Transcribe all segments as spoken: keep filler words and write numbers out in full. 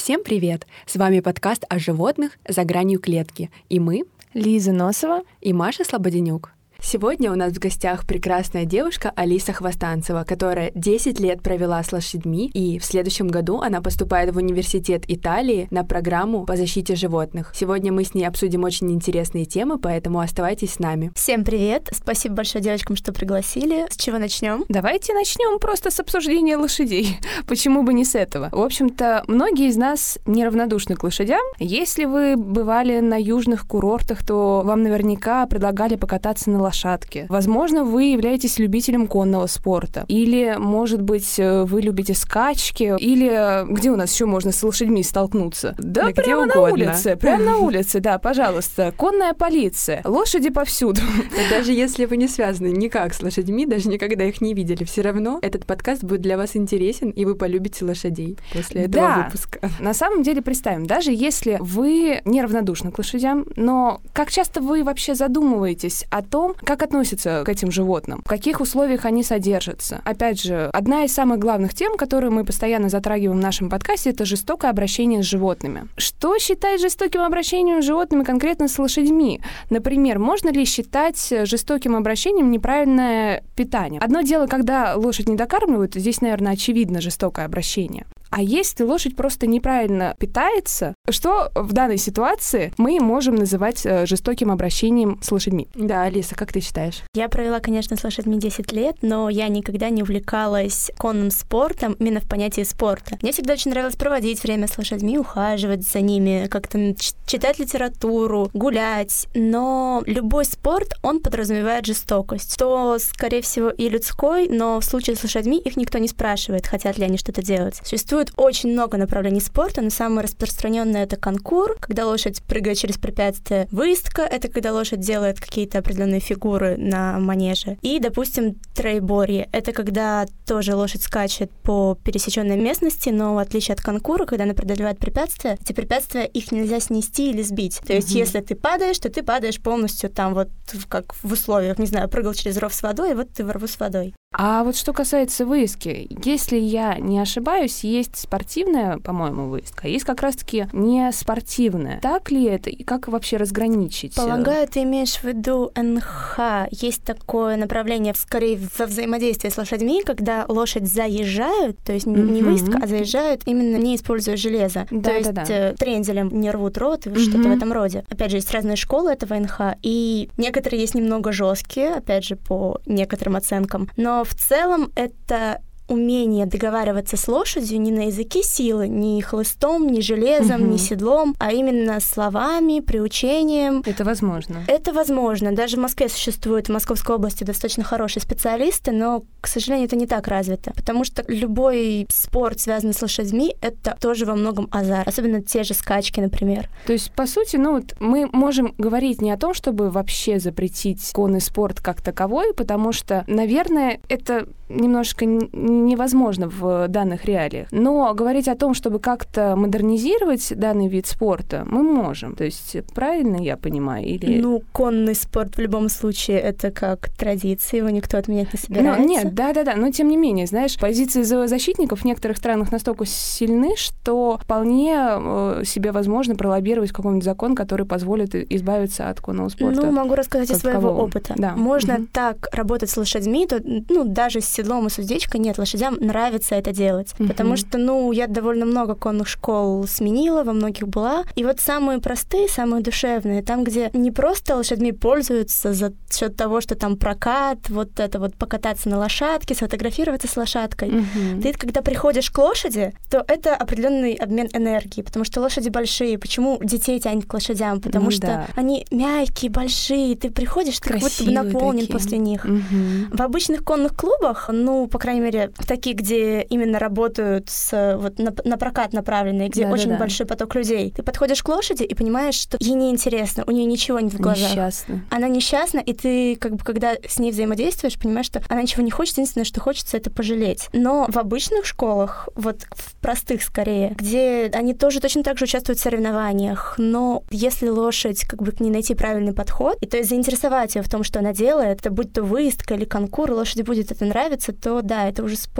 Всем привет! С вами подкаст о животных «За гранью клетки». И мы — Лиза Носова и Маша Слободенюк. Сегодня у нас в гостях прекрасная девушка Алиса Хвостанцева, которая десять лет провела с лошадьми, и в следующем году она поступает в университет Италии на программу по защите животных. Сегодня мы с ней обсудим очень интересные темы, поэтому оставайтесь с нами. Всем привет! Спасибо большое девочкам, что пригласили. С чего начнем? Давайте начнем просто с обсуждения лошадей. Почему бы не с этого? В общем-то, многие из нас неравнодушны к лошадям. Если вы бывали на южных курортах, то вам наверняка предлагали покататься на лошадке. Лошадки. Возможно, вы являетесь любителем конного спорта. Или, может быть, вы любите скачки. Или где у нас еще можно с лошадьми столкнуться? Да, да прямо где на угодно. улице. Прямо на улице, да, пожалуйста. Конная полиция. Лошади повсюду. Даже если вы не связаны никак с лошадьми, даже никогда их не видели, все равно этот подкаст будет для вас интересен, и вы полюбите лошадей после этого да. выпуска. На самом деле, представим, даже если вы неравнодушны к лошадям, но как часто вы вообще задумываетесь о том, как относятся к этим животным, в каких условиях они содержатся. Опять же, одна из самых главных тем, которую мы постоянно затрагиваем в нашем подкасте, это жестокое обращение с животными. Что считать жестоким обращением с животными конкретно с лошадьми? Например, можно ли считать жестоким обращением неправильное питание? Одно дело, когда лошадь не докармливают, здесь, наверное, очевидно жестокое обращение. А если лошадь просто неправильно питается, что в данной ситуации мы можем называть жестоким обращением с лошадьми? Да, Алиса, как ты считаешь? Я провела, конечно, с лошадьми десять лет, но я никогда не увлекалась конным спортом именно в понятии спорта. Мне всегда очень нравилось проводить время с лошадьми, ухаживать за ними, как-то читать литературу, гулять. Но любой спорт, он подразумевает жестокость. То, скорее всего, и людской, но в случае с лошадьми их никто не спрашивает, хотят ли они что-то делать. Существует очень много направлений спорта, но самое распространенное — это конкур, когда лошадь прыгает через препятствие. Выездка — это когда лошадь делает какие-то определенные фигуры на манеже. И, допустим, троеборье — это когда тоже лошадь скачет по пересеченной местности, но в отличие от конкура, когда она преодолевает препятствия, эти препятствия, их нельзя снести или сбить. То есть, mm-hmm. если ты падаешь, то ты падаешь полностью там вот как в условиях, не знаю, прыгал через ров с водой, и вот ты в рву с водой. А вот что касается выездки, если я не ошибаюсь, есть спортивная, по-моему, выездка, а есть как раз-таки не спортивная. Так ли это? И как вообще разграничить? Полагаю, ты имеешь в виду эн ха. Есть такое направление, скорее, во взаимодействии с лошадьми, когда лошадь заезжают, то есть mm-hmm. не выездка, а заезжают, именно не используя железо. Да, то есть да, да. трензелем не рвут рот, mm-hmm. что-то в этом роде. Опять же, есть разные школы этого эн ха, и некоторые есть немного жесткие, опять же, по некоторым оценкам, но в целом это умение договариваться с лошадью не на языке силы, ни хлыстом, ни железом, угу. ни седлом, а именно словами, приучением. Это возможно. Это возможно. Даже в Москве существуют, в Московской области достаточно хорошие специалисты, но, к сожалению, это не так развито. Потому что любой спорт, связанный с лошадьми, это тоже во многом азарт. Особенно те же скачки, например. То есть, по сути, ну вот мы можем говорить не о том, чтобы вообще запретить конный спорт как таковой, потому что, наверное, это немножко невозможно в данных реалиях. Но говорить о том, чтобы как-то модернизировать данный вид спорта, мы можем. То есть, правильно я понимаю? Или... Ну, конный спорт в любом случае это как традиция, его никто отменять не собирается. Ну, нет, да-да-да, но тем не менее, знаешь, позиции зоозащитников в некоторых странах настолько сильны, что вполне э, себе возможно пролоббировать какой-нибудь закон, который позволит избавиться от конного спорта. Ну, могу рассказать из своего такового. опыта. Да. Можно угу. так работать с лошадьми, то, ну, даже с седлом и с уздечкой, нет, лошадям нравится это делать. Uh-huh. Потому что, ну, я довольно много конных школ сменила, во многих была. И вот самые простые, самые душевные, там, где не просто лошадьми пользуются за счет того, что там прокат, вот это вот покататься на лошадке, сфотографироваться с лошадкой. Uh-huh. Ты, когда приходишь к лошади, то это определенный обмен энергии, потому что лошади большие. Почему детей тянет к лошадям? Потому ну, что да. они мягкие, большие, ты приходишь, ты красивые как будто бы наполнен такие. после них. Uh-huh. В обычных конных клубах, ну, по крайней мере, в таких, где именно работают с, вот, на, на прокат направленные, где да, очень да, да. большой поток людей. Ты подходишь к лошади и понимаешь, что ей неинтересно, у нее ничего нет в глазах. Несчастна. Она несчастна, и ты, как бы, когда с ней взаимодействуешь, понимаешь, что она ничего не хочет, единственное, что хочется, это пожалеть. Но в обычных школах, вот в простых скорее, где они тоже точно так же участвуют в соревнованиях, но если лошадь, как бы, к ней найти правильный подход, и то есть заинтересовать ее в том, что она делает, это будь то выездка или конкур, лошади будет это нравиться, то да, это уже спорт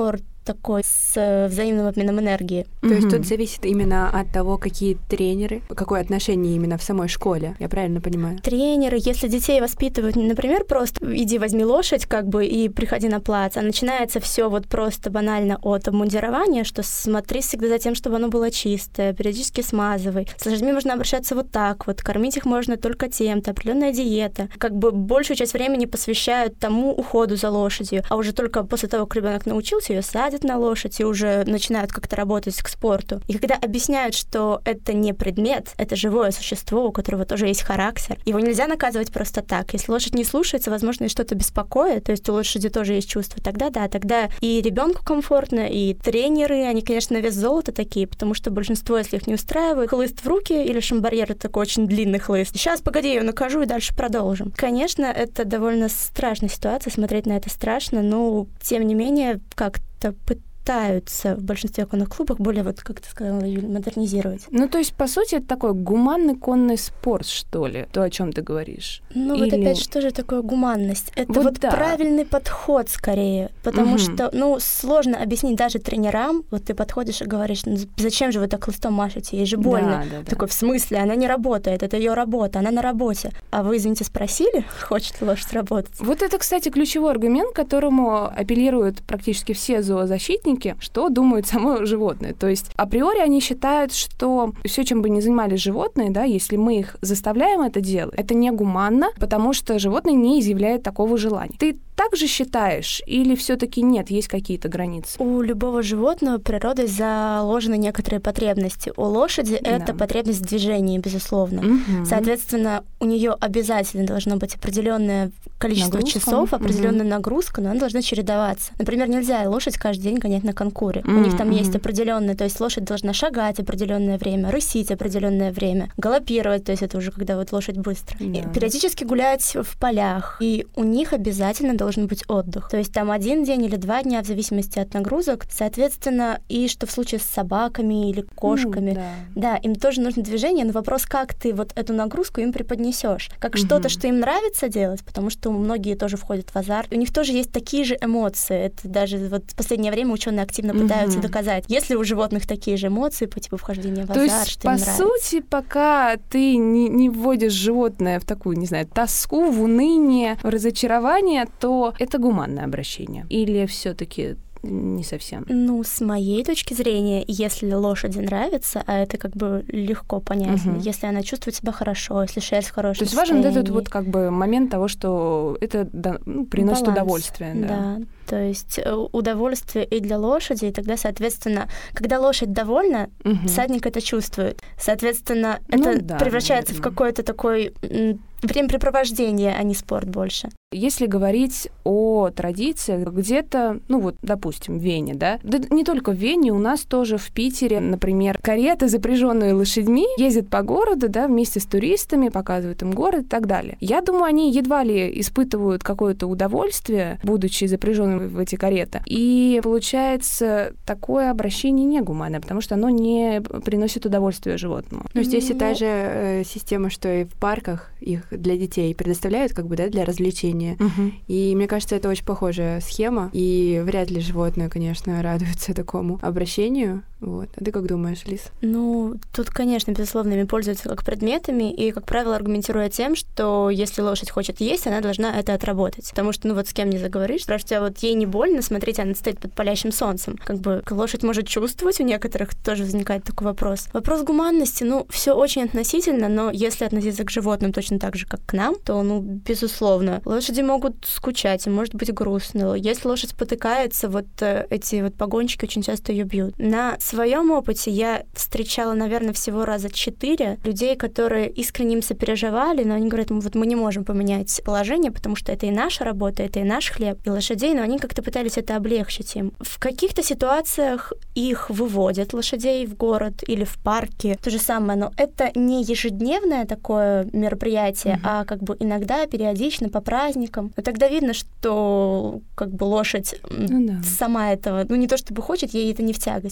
такой с взаимным обменом энергии. То mm-hmm. есть тут зависит именно от того, какие тренеры, какое отношение именно в самой школе, я правильно понимаю? Тренеры, если детей воспитывают, например, просто иди возьми лошадь, как бы, и приходи на плац, а начинается все вот просто банально от обмундирования, что смотри всегда за тем, чтобы оно было чистое, периодически смазывай. С лошадьми можно обращаться вот так вот, кормить их можно только тем-то, определенная диета. Как бы большую часть времени посвящают тому уходу за лошадью, а уже только после того, как ребенок научился, ее садят на лошадь и уже начинают как-то работать к спорту. И когда объясняют, что это не предмет, это живое существо, у которого тоже есть характер, его нельзя наказывать просто так. Если лошадь не слушается, возможно, и что-то беспокоит, то есть у лошади тоже есть чувства, тогда да, тогда и ребенку комфортно, и тренеры, они, конечно, на вес золота такие, потому что большинство, если их не устраивает, хлыст в руки или шамбарьер — это такой очень длинный хлыст. Сейчас, погоди, я ее накажу и дальше продолжим. Конечно, это довольно страшная ситуация, смотреть на это страшно, но, тем не менее, как-то пытаются в большинстве конных клубах более, вот как ты сказала, Юль, модернизировать. Ну, то есть, по сути, это такой гуманный конный спорт, что ли, то, о чем ты говоришь? Ну, Или... вот опять, что же такое гуманность? Это вот, вот да. правильный подход, скорее, потому угу. что, ну, сложно объяснить даже тренерам, вот ты подходишь и говоришь, ну, зачем же вы так хлыстом машете, ей же больно. Да, да, да. Такой, в смысле? Она не работает, это ее работа, она на работе. А вы, извините, спросили, хочет ли лошадь работать? Вот это, кстати, ключевой аргумент, к которому апеллируют практически все зоозащитники, что думают само животное. То есть априори они считают, что все, чем бы ни занимались животные, да, если мы их заставляем это делать, это негуманно, потому что животное не изъявляет такого желания. Ты так же считаешь или все-таки нет, есть какие-то границы? У любого животного природой заложены некоторые потребности. У лошади да. это потребность в движении, безусловно. Угу. Соответственно, у нее обязательно должно быть определенное количество нагрузка. часов, определенная угу. нагрузка, но она должна чередоваться. Например, нельзя лошадь каждый день гонять на конкуре. Mm-hmm. У них там есть определенное, то есть лошадь должна шагать определенное время, рысить определенное время, галопировать, то есть это уже когда вот лошадь быстро. Yeah. И периодически гулять в полях. И у них обязательно должен быть отдых. То есть там один день или два дня в зависимости от нагрузок. Соответственно, и что в случае с собаками или кошками, mm, да. да, им тоже нужно движение, но вопрос, как ты вот эту нагрузку им преподнесешь, как mm-hmm. что-то, что им нравится делать, потому что многие тоже входят в азарт. У них тоже есть такие же эмоции. Это даже вот в последнее время ученые активно пытаются mm-hmm. доказать. Если у животных такие же эмоции по типу вхождения в азарт, то есть, что по им нравится. сути, пока ты не, не вводишь животное в такую, не знаю, тоску, в уныние, в разочарование, то это гуманное обращение. Или все-таки не совсем? Ну, с моей точки зрения, если лошади нравится, а это как бы легко понять, угу. если она чувствует себя хорошо, если шерсть в хорошем состоянии. То есть важен этот вот как бы момент того, что это ну, приносит баланс. Удовольствие. Да. да. То есть удовольствие и для лошади, и тогда, соответственно, когда лошадь довольна, угу. всадник это чувствует. Соответственно, ну, это да, превращается наверное. в какое-то такое времяпрепровождение, а не спорт больше. Если говорить о традициях, где-то, ну вот, допустим, в Вене, да, да не только в Вене, у нас тоже в Питере, например, кареты, запряженные лошадьми, ездят по городу, да, вместе с туристами, показывают им город и так далее. Я думаю, они едва ли испытывают какое-то удовольствие, будучи запряженными в эти кареты. И получается такое обращение негуманное, потому что оно не приносит удовольствия животному. Но здесь и та же э, система, что и в парках их для детей предоставляют, как бы, да, для развлечения. Uh-huh. И мне кажется, это очень похожая схема. И вряд ли животные, конечно, радуются такому обращению. Вот. А ты как думаешь, Лиз? Ну, тут, конечно, безусловно, ими пользуются как предметами, и, как правило, аргументируя тем, что если лошадь хочет есть, она должна это отработать. Потому что, ну вот с кем не заговоришь, спрашиваете, а вот ей не больно, смотрите, она стоит под палящим солнцем. Как бы лошадь может чувствовать, у некоторых тоже возникает такой вопрос. Вопрос гуманности, ну, все очень относительно, но если относиться к животным точно так же, как к нам, то, ну, безусловно, лошади могут скучать, им может быть грустно. Если лошадь спотыкается, вот эти вот погонщики очень часто ее бьют. На В своем опыте я встречала, наверное, всего раза четыре людей, которые искренне им сопереживали, но они говорят, вот мы не можем поменять положение, потому что это и наша работа, это и наш хлеб, и лошадей, но они как-то пытались это облегчить им. В каких-то ситуациях их выводят, лошадей, в город или в парке, то же самое, но это не ежедневное такое мероприятие, mm-hmm. а как бы иногда, периодично, по праздникам. Но тогда видно, что как бы лошадь ну, да. сама этого, ну не то чтобы хочет, ей это не в тягость. Ну, на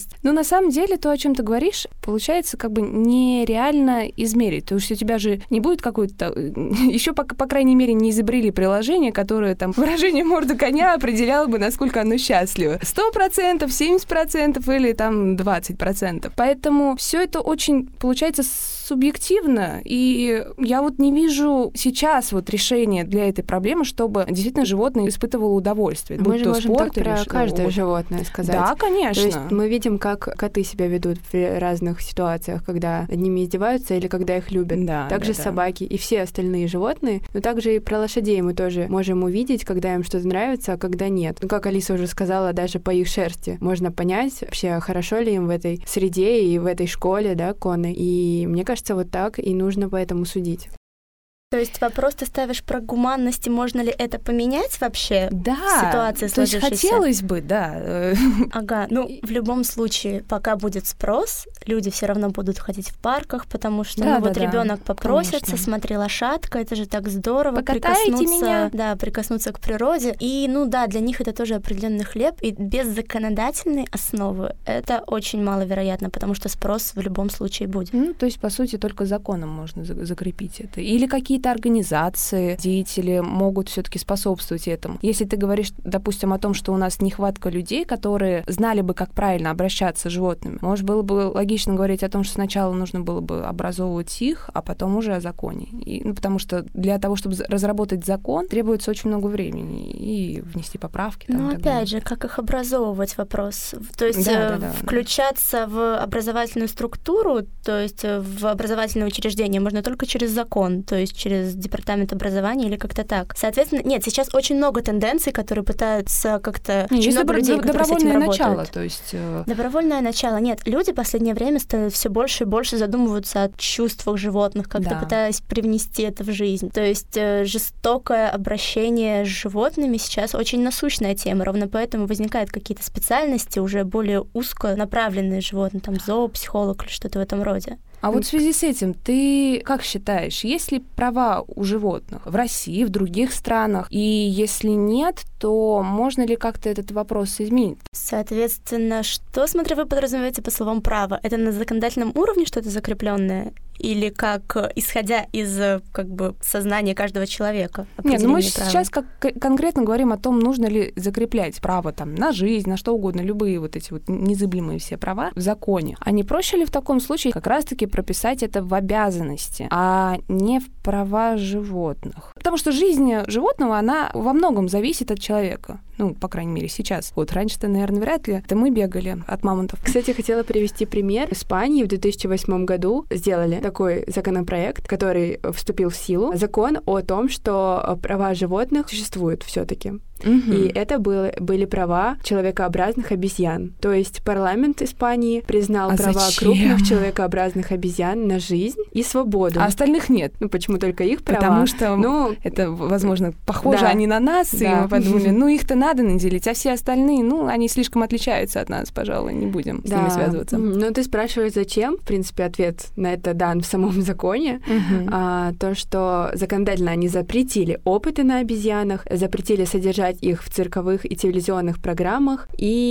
самом деле то, о чем ты говоришь, получается как бы нереально измерить. То есть у тебя же не будет какой-то... Еще, по, по крайней мере, не изобрели приложение, которое там выражение морды коня определяло бы, насколько оно счастливо. сто процентов, семьдесят процентов или там двадцать процентов. Поэтому все это очень, получается, субъективно. И я вот не вижу сейчас вот решения для этой проблемы, чтобы действительно животное испытывало удовольствие. Мы же можем спорт так про или каждое вот. животное сказать. Да, конечно. То есть мы видим, как коты себя ведут в разных ситуациях, когда над ними издеваются или когда их любят. Да, также да, собаки да. и все остальные животные. Но также и про лошадей мы тоже можем увидеть, когда им что-то нравится, а когда нет. Ну, как Алиса уже сказала, даже по их шерсти можно понять, вообще хорошо ли им в этой среде и в этой школе, да, конной. И мне кажется, вот так и нужно поэтому судить. То есть вопрос ты ставишь про гуманность, и можно ли это поменять вообще да, в ситуации сложившейся? То есть хотелось бы, да. Ага, ну, в любом случае, пока будет спрос, люди все равно будут ходить в парках, потому что, да, ну, да, вот да, ребенок попросится, конечно. Смотри, лошадка, это же так здорово. Покатайте прикоснуться, меня. Да, прикоснуться к природе. И, ну да, для них это тоже определенный хлеб, и без законодательной основы это очень маловероятно, потому что спрос в любом случае будет. Ну, то есть, по сути, только законом можно закрепить это. Или какие-то организации, деятели могут все-таки способствовать этому. Если ты говоришь, допустим, о том, что у нас нехватка людей, которые знали бы, как правильно обращаться с животными, может, было бы логично говорить о том, что сначала нужно было бы образовывать их, а потом уже о законе. И, ну, потому что для того, чтобы разработать закон, требуется очень много времени и внести поправки. Там, ну, опять далее. же, как их образовывать, вопрос. То есть да, э, да, да, включаться да. в образовательную структуру, то есть в образовательное учреждение можно только через закон, то есть через департамент образования или как-то так. Соответственно, нет, сейчас очень много тенденций, которые пытаются как-то... Не, очень много людей, которые с этим начало, работают. То есть... Э... Добровольное начало. Нет, люди в последнее время все больше и больше задумываются о чувствах животных, как-то да. пытаясь привнести это в жизнь. То есть э, жестокое обращение с животными сейчас очень насущная тема. Ровно поэтому возникают какие-то специальности, уже более узко направленные животные, там зоопсихолог или что-то в этом роде. А вот в связи с этим, ты как считаешь, есть ли права у животных в России, в других странах? И если нет, то можно ли как-то этот вопрос изменить? Соответственно, что, смотри, вы подразумеваете по словам «право»? Это на законодательном уровне что-то закрепленное? Или как, исходя из как бы сознания каждого человека? Нет, ну мы права? сейчас как конкретно говорим о том, нужно ли закреплять право там, на жизнь, на что угодно, любые вот эти вот незыблемые все права в законе. А не проще ли в таком случае как раз-таки прописать это в обязанности, а не в права животных? Потому что жизнь животного, она во многом зависит от человека. Ну, по крайней мере, сейчас. Вот раньше-то, наверное, вряд ли. Это мы бегали от мамонтов. Кстати, хотела привести пример. В Испании в две тысячи восьмом году сделали такой законопроект, который вступил в силу. Закон о том, что права животных существуют все-таки. Угу. И это было, были права человекообразных обезьян. То есть парламент Испании признал а права зачем? крупных человекообразных обезьян на жизнь и свободу. А остальных нет. Ну, почему только их права? Потому что ну, это, возможно, похоже да. они на нас, да. и мы подумали, ну, их-то надо наделить, а все остальные, ну, они слишком отличаются от нас, пожалуй, не будем с да. ними связываться. Ну, ты спрашиваешь, зачем? В принципе, ответ на это дан в самом законе. Угу. А, то, что законодательно они запретили опыты на обезьянах, запретили содержать их в цирковых и телевизионных программах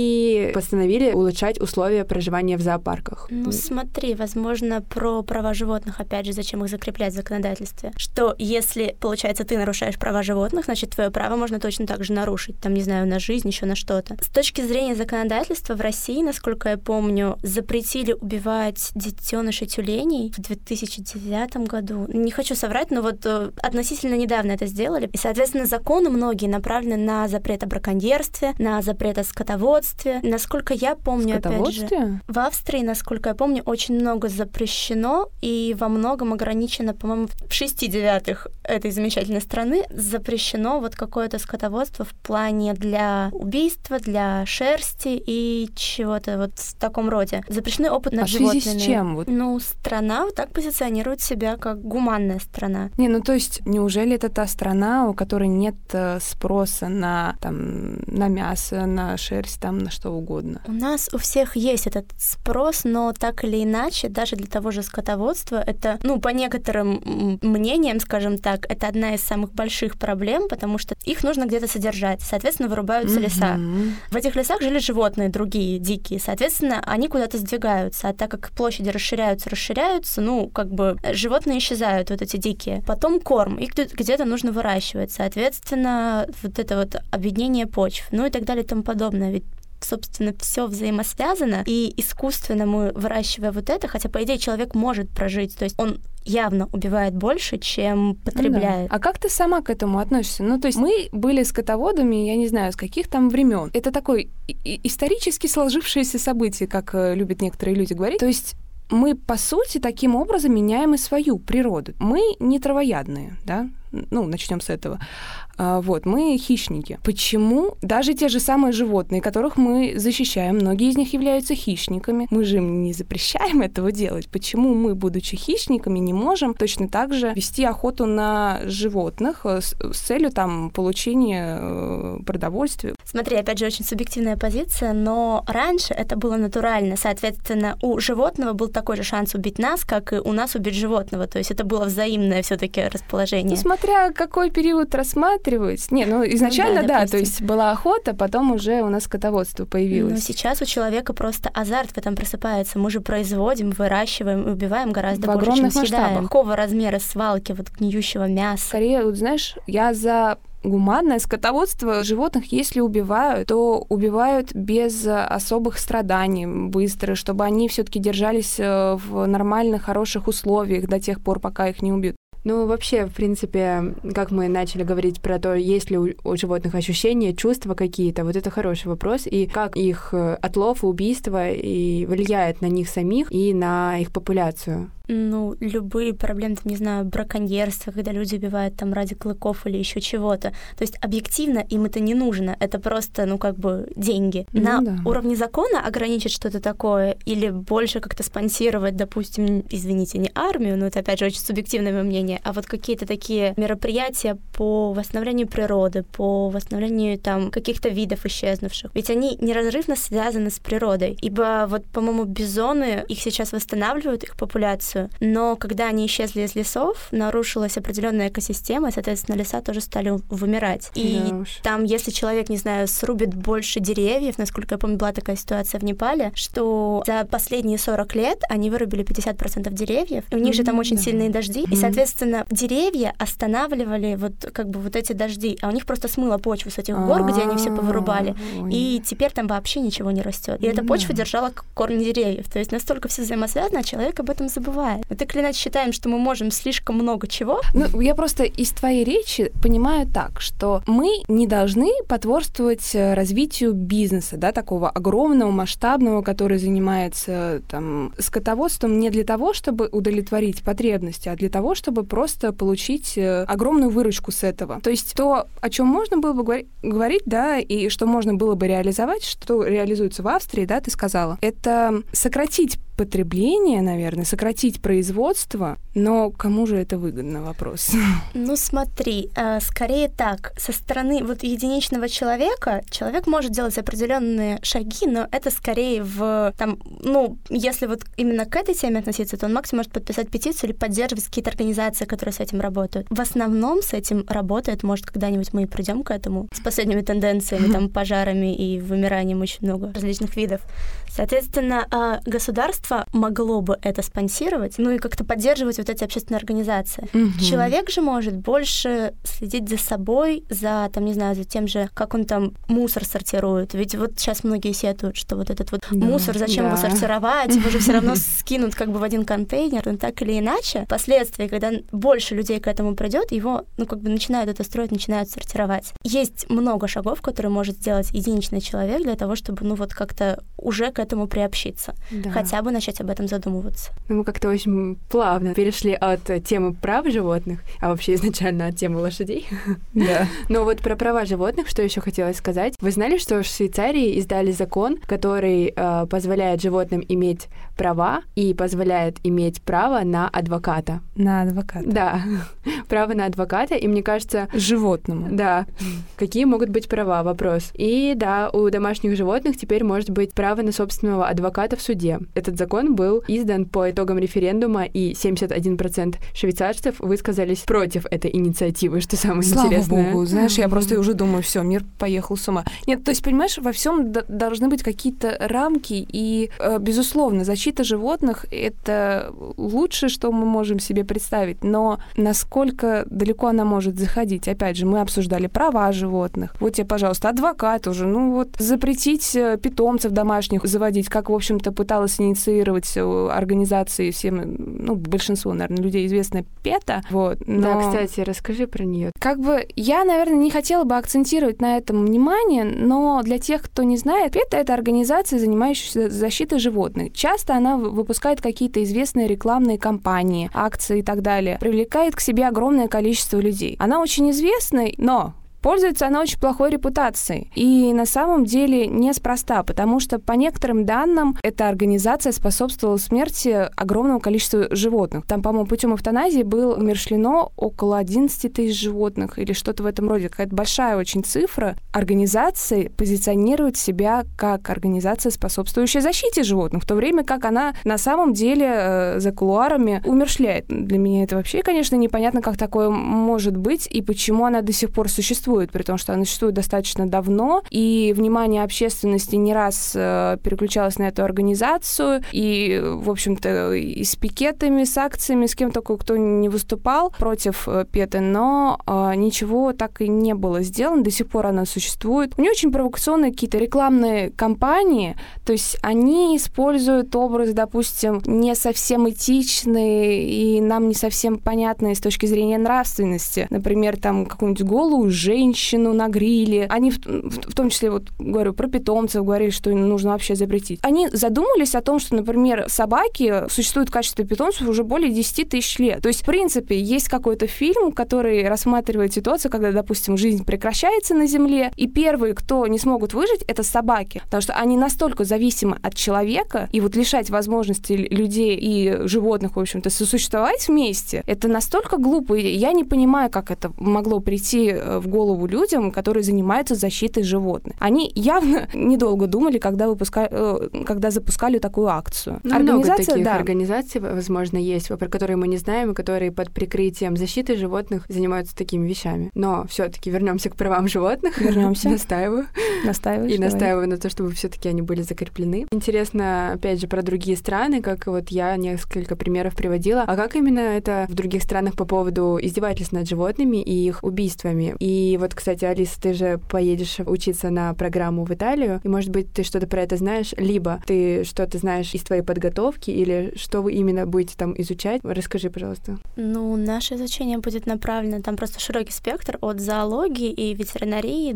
и постановили улучшать условия проживания в зоопарках. Ну, смотри, возможно, про права животных, опять же, зачем их закреплять в законодательстве, что если, получается, ты нарушаешь права животных, значит, твое право можно точно так же нарушить, там, не знаю, на жизнь, еще на что-то. С точки зрения законодательства в России, насколько я помню, запретили убивать детенышей тюленей в две тысячи девятом году. Не хочу соврать, но вот э, относительно недавно это сделали. И, соответственно, законы многие направлены на запрет о браконьерстве, на запрет о скотоводстве. Насколько я помню, опять же, в Австрии, насколько я помню, очень много запрещено и во многом ограничено, по-моему, в шести девятых этой замечательной страны запрещено вот какое-то скотоводство в плане для убийства, для шерсти и чего-то вот в таком роде. Запрещены опыт над а животными. В связи с чем? Вот? Ну, страна вот так позиционирует себя как гуманная страна. Не, ну то есть неужели это та страна, у которой нет спроса на, там, на мясо, на шерсть, там, на что угодно. У нас у всех есть этот спрос, но так или иначе, даже для того же скотоводства, это, ну, по некоторым мнениям, скажем так, это одна из самых больших проблем, потому что их нужно где-то содержать. Соответственно, вырубаются mm-hmm. леса. В этих лесах жили животные другие, дикие. Соответственно, они куда-то сдвигаются. А так как площади расширяются, расширяются, ну, как бы животные исчезают, вот эти дикие. Потом корм. Их где-то нужно выращивать. Соответственно, вот это вот объединение почв, ну и так далее и тому подобное. Ведь собственно, все взаимосвязано, и искусственно мы, выращивая вот это, хотя, по идее, человек может прожить, то есть он явно убивает больше, чем потребляет. Да. А как ты сама к этому относишься? Ну, то есть мы были скотоводами, я не знаю, с каких там времен. Это такое исторически сложившееся событие, как любят некоторые люди говорить. То есть мы, по сути, таким образом меняем и свою природу. Мы не травоядные, да? Ну, начнем с этого. А, вот, мы хищники. Почему даже те же самые животные, которых мы защищаем, многие из них являются хищниками, мы же им не запрещаем этого делать. Почему мы, будучи хищниками, не можем точно так же вести охоту на животных с, с целью там получения э, продовольствия? Смотри, опять же, очень субъективная позиция, но раньше это было натурально. Соответственно, у животного был такой же шанс убить нас, как и у нас убить животного. То есть это было взаимное все-таки расположение. Ну, смотря какой период рассматривать. Не, ну изначально, ну, да, да то есть была охота, потом уже у нас скотоводство появилось. Но сейчас у человека просто азарт в этом просыпается. Мы же производим, выращиваем и убиваем гораздо в больше, чем масштабах. Съедаем. Какого размера свалки вот гниющего мяса? Скорее, вот знаешь, я за гуманное скотоводство животных, если убивают, то убивают без особых страданий, быстро, чтобы они все-таки держались в нормальных, хороших условиях до тех пор, пока их не убьют. Ну, вообще, в принципе, как мы начали говорить про то, есть ли у, у животных ощущения, чувства какие-то, вот это хороший вопрос, и как их отлов и убийство и влияет на них самих и на их популяцию. Ну, любые проблемы, там, не знаю, браконьерства, когда люди убивают там ради клыков или еще чего-то. То есть объективно им это не нужно, это просто, ну, как бы деньги. Ну, на да. уровне закона ограничить что-то такое или больше как-то спонсировать, допустим, извините, не армию, но это, опять же, очень субъективное мое мнение, а вот какие-то такие мероприятия по восстановлению природы, по восстановлению там каких-то видов исчезнувших. Ведь они неразрывно связаны с природой. Ибо вот, по-моему, бизоны, их сейчас восстанавливают, их популяцию, но когда они исчезли из лесов, нарушилась определенная экосистема, и, соответственно, леса тоже стали вымирать. И да там, если человек, не знаю, срубит больше деревьев, насколько я помню, была такая ситуация в Непале, что за последние сорок лет они вырубили пятьдесят процентов деревьев, и у них mm-hmm, же там очень да. сильные дожди, mm-hmm. и, соответственно, деревья останавливали вот как бы вот эти дожди, а у них просто смыло почву с этих гор, где они все повырубали, и теперь там вообще ничего не растет. И эта почва держала корни деревьев. То есть настолько все взаимосвязано, а человек об этом забывает. Мы так или иначе считаем, что мы можем слишком много чего. Ну, я просто из твоей речи понимаю так, что мы не должны потворствовать развитию бизнеса, да, такого огромного, масштабного, который занимается там скотоводством не для того, чтобы удовлетворить потребности, а для того, чтобы просто получить огромную выручку с этого. То есть то, о чем можно было бы говорить, да, и что можно было бы реализовать, что реализуется в Австрии, да, ты сказала, это сократить потребление, наверное, сократить производство, но кому же это выгодно, вопрос? Ну, смотри, э, скорее так, со стороны вот единичного человека, человек может делать определенные шаги, но это скорее в, там, ну, если вот именно к этой теме относиться, то он максимум может подписать петицию или поддерживать какие-то организации, которые с этим работают. В основном с этим работает, может, когда-нибудь мы и придем к этому, с последними тенденциями, там, пожарами и вымиранием очень много различных видов. Соответственно, государство могло бы это спонсировать, ну и как-то поддерживать вот эти общественные организации. Mm-hmm. Человек же может больше следить за собой, за, там, не знаю, за тем же, как он там мусор сортирует. Ведь вот сейчас многие сетуют, что вот этот вот да, мусор, зачем да. его сортировать, его же все равно скинут как бы в один контейнер, но так или иначе, впоследствии, когда больше людей к этому придет, его, ну, как бы начинают это строить, начинают сортировать. Есть много шагов, которые может сделать единичный человек для того, чтобы, ну, вот как-то уже к этому приобщиться. Да. Хотя бы начать об этом задумываться. Ну, мы как-то очень плавно перешли от темы прав животных, а вообще изначально от темы лошадей. Да. Но вот про права животных, что еще хотелось сказать. Вы знали, что в Швейцарии издали закон, который э, позволяет животным иметь права и позволяет иметь право на адвоката? На адвоката. Да. право на адвоката, и мне кажется... Животному. Да. Какие могут быть права? Вопрос. И да, у домашних животных теперь может быть право на собственного адвоката в суде. Этот закон был издан по итогам референдума, и семьдесят один процент швейцарцев высказались против этой инициативы, что самое Слава интересное. Слава богу, знаешь, я просто уже думаю, все, мир поехал с ума. Нет, то есть, понимаешь, во всем д- должны быть какие-то рамки, и, э, безусловно, защита животных — это лучшее, что мы можем себе представить, но насколько далеко она может заходить? Опять же, мы обсуждали права животных. Вот тебе, пожалуйста, адвокат уже, ну вот запретить питомцев домашних заводить, как, в общем-то, пыталась инициировать организации всем, ну, большинство, наверное, людей известная PETA. Вот, но... Да, кстати, расскажи про нее. Как бы я, наверное, не хотела бы акцентировать на этом внимание, но для тех, кто не знает, PETA — это организация, занимающаяся защитой животных. Часто она выпускает какие-то известные рекламные кампании, акции и так далее, привлекает к себе огромное количество людей. Она очень известна, но... пользуется она очень плохой репутацией. И на самом деле неспроста, потому что, по некоторым данным, эта организация способствовала смерти огромного количества животных. Там, по-моему, путем эвтаназии было умершлено около одиннадцать тысяч животных или что-то в этом роде. Какая-то большая очень цифра. Организация позиционирует себя как организация, способствующая защите животных, в то время как она на самом деле э, за кулуарами умерщвляет. Для меня это вообще, конечно, непонятно, как такое может быть и почему она до сих пор существует. При том, что она существует достаточно давно, и внимание общественности не раз э, переключалось на эту организацию, и, в общем-то, и с пикетами, с акциями, с кем только кто не выступал против э, PETA, но э, ничего так и не было сделано, до сих пор она существует. У нее очень провокационные какие-то рекламные кампании, то есть они используют образ, допустим, не совсем этичный и нам не совсем понятный с точки зрения нравственности. Например, там какую-нибудь голую женщину, женщину на гриле. Они, в, в, в том числе, вот говорю, про питомцев говорили, что нужно вообще запретить. Они задумались о том, что, например, собаки существуют в качестве питомцев уже более десять тысяч лет. То есть, в принципе, есть какой-то фильм, который рассматривает ситуацию, когда, допустим, жизнь прекращается на Земле, и первые, кто не смогут выжить, это собаки. Потому что они настолько зависимы от человека, и вот лишать возможности людей и животных, в общем-то, сосуществовать вместе, это настолько глупо. И я не понимаю, как это могло прийти в голову людям, которые занимаются защитой животных. Они явно недолго думали, когда, выпускали, когда запускали такую акцию. Ну, много таких да. организаций, возможно, есть, про которые мы не знаем, и которые под прикрытием защиты животных занимаются такими вещами. Но все-таки вернемся к правам животных. Вернемся. Настаиваю. Настаиваешь, И давай. настаиваю на то, чтобы все-таки они были закреплены. Интересно, опять же, про другие страны, как вот я несколько примеров приводила. А как именно это в других странах по поводу издевательств над животными и их убийствами? И вот, кстати, Алиса, ты же поедешь учиться на программу в Италию, и, может быть, ты что-то про это знаешь, либо ты что-то знаешь из твоей подготовки, или что вы именно будете там изучать? Расскажи, пожалуйста. Ну, наше изучение будет направлено, там просто широкий спектр от зоологии и ветеринарии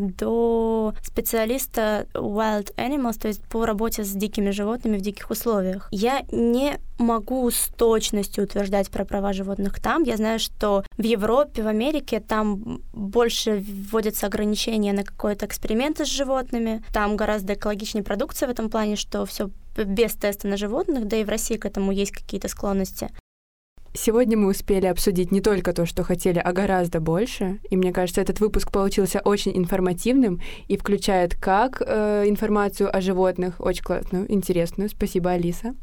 до специалиста wild animals, то есть по работе с дикими животными в диких условиях. Я не могу с точностью утверждать про права животных там. Я знаю, что в Европе, в Америке там больше вводятся ограничения на какой-то эксперимент с животными. Там гораздо экологичнее продукция в этом плане, что все без теста на животных, да и в России к этому есть какие-то склонности. Сегодня мы успели обсудить не только то, что хотели, а гораздо больше. И мне кажется, этот выпуск получился очень информативным и включает как э, информацию о животных, очень классную, интересную, спасибо, Алиса,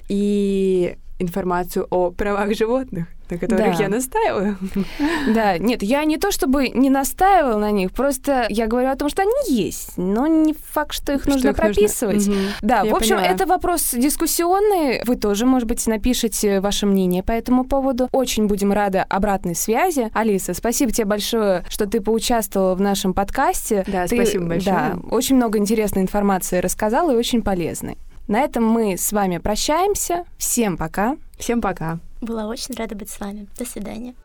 и информацию о правах животных, на которых да. я настаиваю. Да, нет, я не то чтобы не настаивала на них, просто я говорю о том, что они есть, но не факт, что их что нужно их прописывать. Нужно... Угу. Да, я в общем, поняла. Это вопрос дискуссионный. Вы тоже, может быть, напишите ваше мнение по этому поводу. Очень будем рады обратной связи. Алиса, спасибо тебе большое, что ты поучаствовала в нашем подкасте. Да, ты, спасибо большое. Да, очень много интересной информации рассказала и очень полезной. На этом мы с вами прощаемся. Всем пока. Всем пока. Была очень рада быть с вами. До свидания.